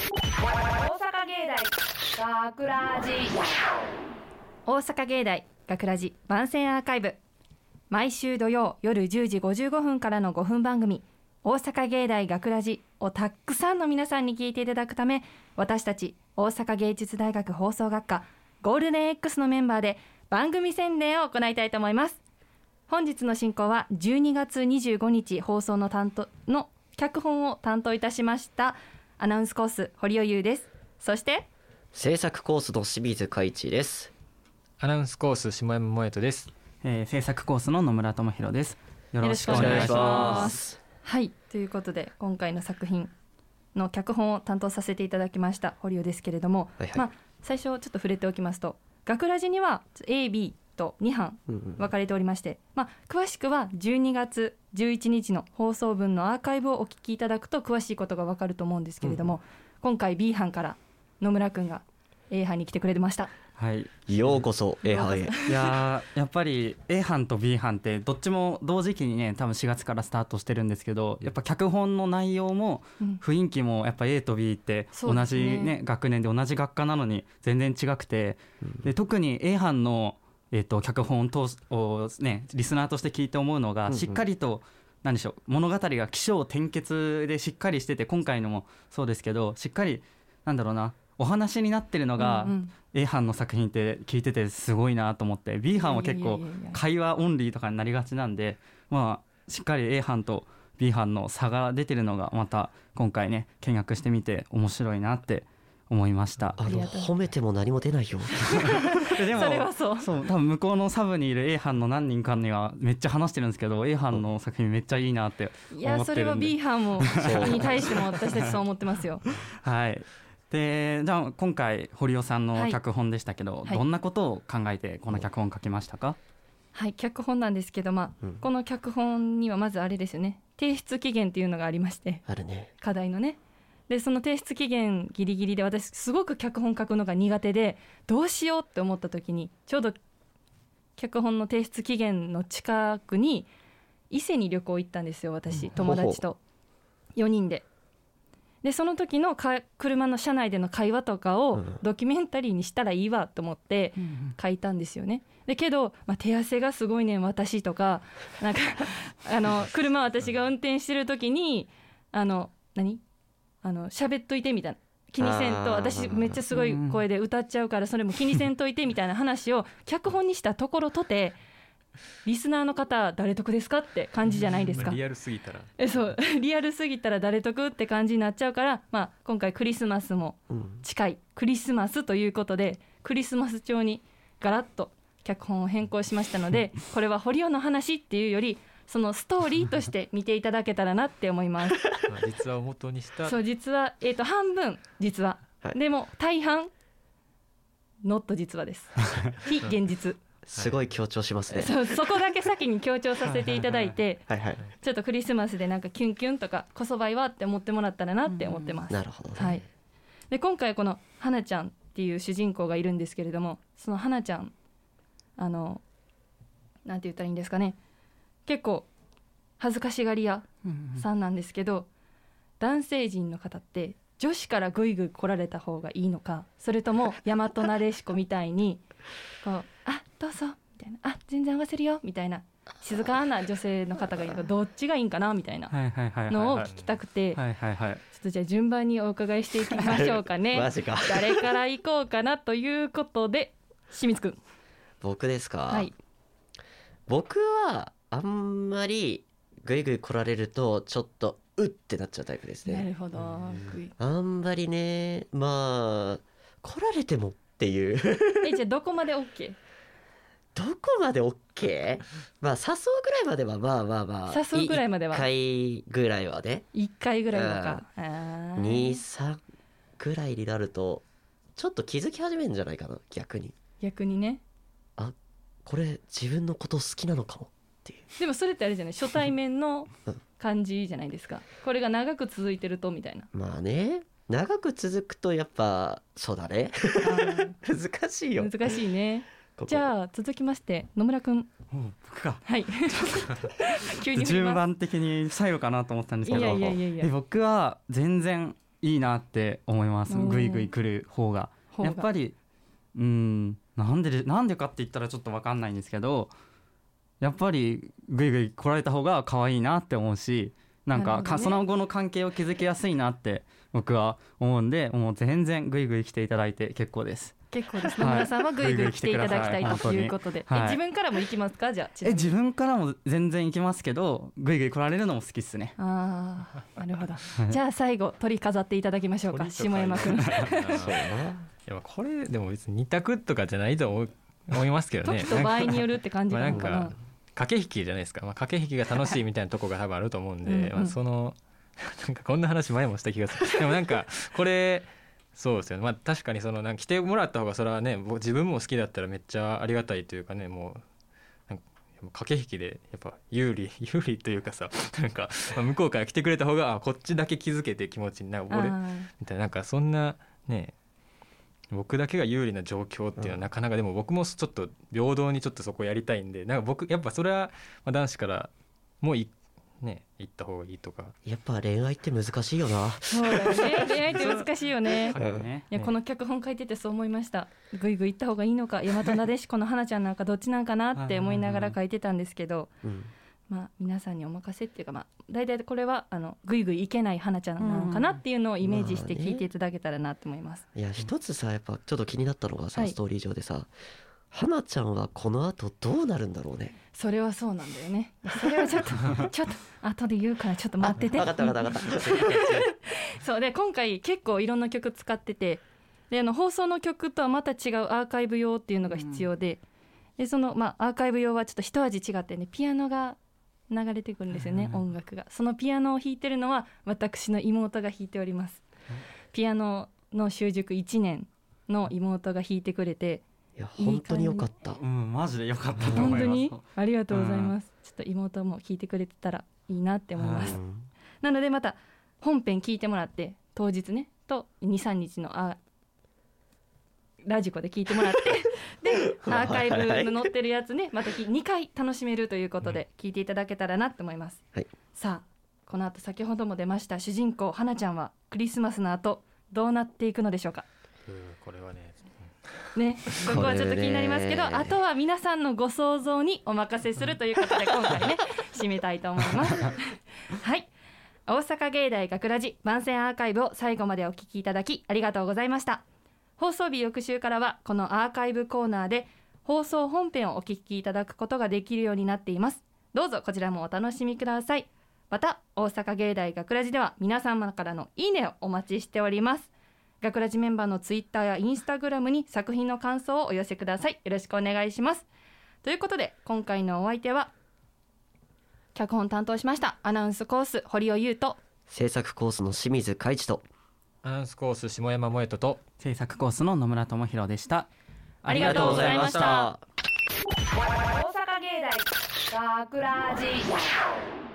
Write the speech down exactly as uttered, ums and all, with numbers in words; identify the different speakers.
Speaker 1: 大芸大学ラジ大阪芸大学ラジ番宣アーカイブ、毎週土曜夜じゅうじごじゅうごふんからのごふん番組大阪芸大学ラジをたくさんの皆さんに聞いていただくため、私たち大阪芸術大学放送学科ゴールデン X のメンバーで番組宣伝を行いたいと思います。本日の進行はじゅうにがつにじゅうごにち放送の担当の脚本を担当いたしましたアナウンスコース堀尾優です。そして
Speaker 2: 制作コースの清水海一です。
Speaker 3: アナウンスコース下山萌人です。
Speaker 4: えー、制作コースの野村智弘です。よろしくお願いします。
Speaker 1: はい、ということで今回の作品の脚本を担当させていただきました堀尾ですけれども、はいはい、まあ、最初ちょっと触れておきますと、学ラジには エービー とに班分かれておりまして、うんうん、まあ、詳しくはじゅうにがつじゅういちにちの放送分のアーカイブをお聞きいただくと詳しいことが分かると思うんですけれども、うん、今回 ビー 班から野村くんが エー 班に来てくれてました。
Speaker 4: はい、
Speaker 2: ようこそ エー 班へ。
Speaker 4: いややっぱり エー 班と ビー 班ってどっちも同時期にね、多分しがつからスタートしてるんですけど、やっぱ脚本の内容も雰囲気もやっぱ エー と ビー って同じ、ねね、学年で同じ学科なのに全然違くて、で特に エー 班の、えー、と脚本を、ね、リスナーとして聞いて思うのが、しっかりと何でしょう、物語が起承転結でしっかりしてて、今回のもそうですけどしっかりなんだろうな、お話になってるのが、うんうん、A 班の作品って聞いててすごいなと思って、 B 班は結構会話オンリーとかになりがちなんで、まあ、しっかり A 班と B 班の差が出てるのがまた今回ね見学してみて面白いなって思いました。
Speaker 2: あの褒めても何も出ないよ
Speaker 4: でも
Speaker 1: それはそう、
Speaker 4: そう多分向こうのサブにいる A 班の何人かにはめっちゃ話してるんですけど、 A 班の作品めっちゃいいなって思ってるんで。いや
Speaker 1: それは B 班もに対しても私たちそう思ってますよ
Speaker 4: はい。でじゃあ今回堀尾さんの脚本でしたけど、はい、どんなことを考えてこの脚本書きましたか？
Speaker 1: はい、脚本なんですけど、まあうん、この脚本にはまずあれですよね、提出期限っていうのがありまして、
Speaker 2: あるね、
Speaker 1: 課題のね。でその提出期限ギリギリで、私すごく脚本書くのが苦手で、どうしようって思った時に、ちょうど脚本の提出期限の近くに伊勢に旅行行ったんですよ、私、友達とよにんで。でその時のか車の車内での会話とかをドキュメンタリーにしたらいいわと思って書いたんですよね。でけど、まあ、手汗がすごいねん私とか、なんかあの車私が運転してる時にあの何あの喋っといてみたいな、気にせんと、私めっちゃすごい声で歌っちゃうからそれも気にせんといてみたいな話を脚本にしたところとて、リスナーの方誰得ですかって感じじゃないですか。
Speaker 3: リアルすぎたら
Speaker 1: えそうリアルすぎたら誰得って感じになっちゃうから、まあ、今回クリスマスも近い、うん、クリスマスということでクリスマス調にガラッと脚本を変更しましたのでこれは堀尾の話っていうよりそのストーリーとして見ていただけたらなって思います
Speaker 3: 実話を元にした
Speaker 1: そう実は、えー、と半分実話、はい、でも大半ノット実話です非現実
Speaker 2: すごい強調しますね。
Speaker 1: そ, そこだけ先に強調させていただいてはい、はい、ちょっとクリスマスでなんかキュンキュンとかこそばいはって思ってもらったらなって思ってます。
Speaker 2: なるほど、ね、
Speaker 1: はい、で今回この花ちゃんっていう主人公がいるんですけれども、その花ちゃんあのなんて言ったらいいんですかね、結構恥ずかしがり屋さんなんですけど、うんうん、男性陣の方って女子からグイグイ来られた方がいいのか、それとも大和なでしこみたいにこうあどうぞみたいな、あ全然合わせるよみたいな静かな女性の方がいいのか、どっちがいいんかなみたいなのを聞きたくて、ちょっとじゃあ順番にお伺いしていきましょうかね
Speaker 2: マジか
Speaker 1: 誰から行こうかなということで、清水くん。
Speaker 2: 僕ですか、
Speaker 1: はい、
Speaker 2: 僕はあんまりグイグイ来られるとちょっとうってなっちゃうタイプですね。
Speaker 1: なるほど、
Speaker 2: あんまりね、まあ来られてもっていう
Speaker 1: えじゃあどこまで OK？
Speaker 2: どこまで OK？ まあ誘うぐらいまではまあまあまあ
Speaker 1: 誘うぐらいまではい
Speaker 2: っかいぐらいはね、
Speaker 1: いっかいぐらいはか、
Speaker 2: に、さんぐらいになるとちょっと気づき始めるんじゃないかな、逆に
Speaker 1: 逆にね、
Speaker 2: あこれ自分のこと好きなのかもっていう。
Speaker 1: でもそれってあれじゃない、初対面の感じじゃないですかこれが長く続いてるとみたいな。
Speaker 2: まあね、長く続くとやっぱそうだね難しいよ、
Speaker 1: 難しいね。じゃあ続きまして野村くん。
Speaker 4: 僕か
Speaker 1: はい急に
Speaker 4: 順番的に最後かなと思ったんですけど、いやいやいやいや僕は全然いいなって思います。ぐいぐい来る方がやっぱりうんなんででなんでかって言ったらちょっと分かんないんですけど、やっぱりぐいぐい来られた方が可愛いなって思うし、なんか、ね、その後の関係を築きやすいなって僕は思うんで、もう全然ぐいぐい来ていただいて結構です。
Speaker 1: 結構です。野村さんはぐいぐい来ていただきたいということで、はい、え自分からも行きますか？じゃあ
Speaker 4: え自分からも全然行きますけど、ぐいぐい来られるのも好きっすね。
Speaker 1: ああ、なるほど。じゃあ最後鳥飾っていただきましょうか、下山くん。
Speaker 3: そういやこれでも別にに択とかじゃないと思思いますけどね。
Speaker 1: 時と場合によるって感じなのかな。
Speaker 3: まあなんか駆け引きじゃないですか、まあ、駆け引きが楽しいみたいなとこが多分あると思うんでうん、うんまあ、そのなんかこんな話前もした気がする。でもなんかこれそうですよね、まあ、確かにそのなんか来てもらった方がそれはね自分も好きだったらめっちゃありがたいというかね、もうなんか駆け引きでやっぱ有利有利というかさ、なんか向こうから来てくれた方があこっちだけ気づけて気持ちになる俺みたいな、なんかそんなね僕だけが有利な状況っていうのはなかなか、でも僕もちょっと平等にちょっとそこやりたいんで、なんか僕やっぱそれは男子からもういね言った方がいいとか。
Speaker 2: やっぱ恋愛って難しいよな。
Speaker 1: そうだよね、恋愛って難しいよね。
Speaker 3: ね
Speaker 1: いやこの脚本書いててそう思いました。ぐいぐい行った方がいいのか、大和なでしこの花ちゃんなんかどっちなんかなって思いながら書いてたんですけど、うんまあ、皆さんにお任せっていうか、まあ、大体これはあのぐいぐいいけない花ちゃんなのかなっていうのをイメージして聞いていただけたらなと思います、
Speaker 2: まあね、いや一つさやっぱちょっと気になったのがさ、はい、ストーリー上でさ花ちゃんはこの後どうなるんだろうね。
Speaker 1: それはそうなんだよね。それはちょっとちょっと後で言うからちょっと待ってて。
Speaker 2: 分かった分かった分かった
Speaker 1: そうで今回結構いろんな曲使ってて、であの放送の曲とはまた違うアーカイブ用っていうのが必要で、うん、でその、まあ、アーカイブ用はちょっと一味違ってね、ピアノが流れてくるんですよね、うん、音楽が。そのピアノを弾いてるのは私の妹が弾いております、うん、ピアノの習熟いちねんの妹が弾いてくれて、
Speaker 2: いや本当に良かった。
Speaker 4: うんマジで良かったと思います。
Speaker 1: 本当にありがとうございます、うん、ちょっと妹も弾いてくれてたらいいなって思います、うん、なのでまた本編聞いてもらって当日ねと にさんにちのあラジコで聞いてもらってでアーカイブの載ってるやつねまたにかい楽しめるということで聞いていただけたらなと思います、はい、さあこの後先ほども出ました主人公花ちゃんはクリスマスの後どうなっていくのでしょうか。
Speaker 3: うんこれはね
Speaker 1: ね、ここはちょっと気になりますけど、あとは皆さんのご想像にお任せするということで今回ね締めたいと思いますはい大阪芸大学ラジ番宣アーカイブを最後までお聞きいただきありがとうございました。放送日翌週からはこのアーカイブコーナーで放送本編をお聞きいただくことができるようになっています。どうぞこちらもお楽しみください。また大阪芸大学ラジでは皆様からのいいねをお待ちしております。学ラジメンバーのツイッターやインスタグラムに作品の感想をお寄せください。よろしくお願いします。ということで今回のお相手は脚本担当しましたアナウンスコース堀尾優と
Speaker 2: 制作コースの清水海地と
Speaker 3: アナウンスコース下山萌人と
Speaker 4: 制作コースの野村智弘でした。
Speaker 1: ありがとうございました。大阪芸大学ラジ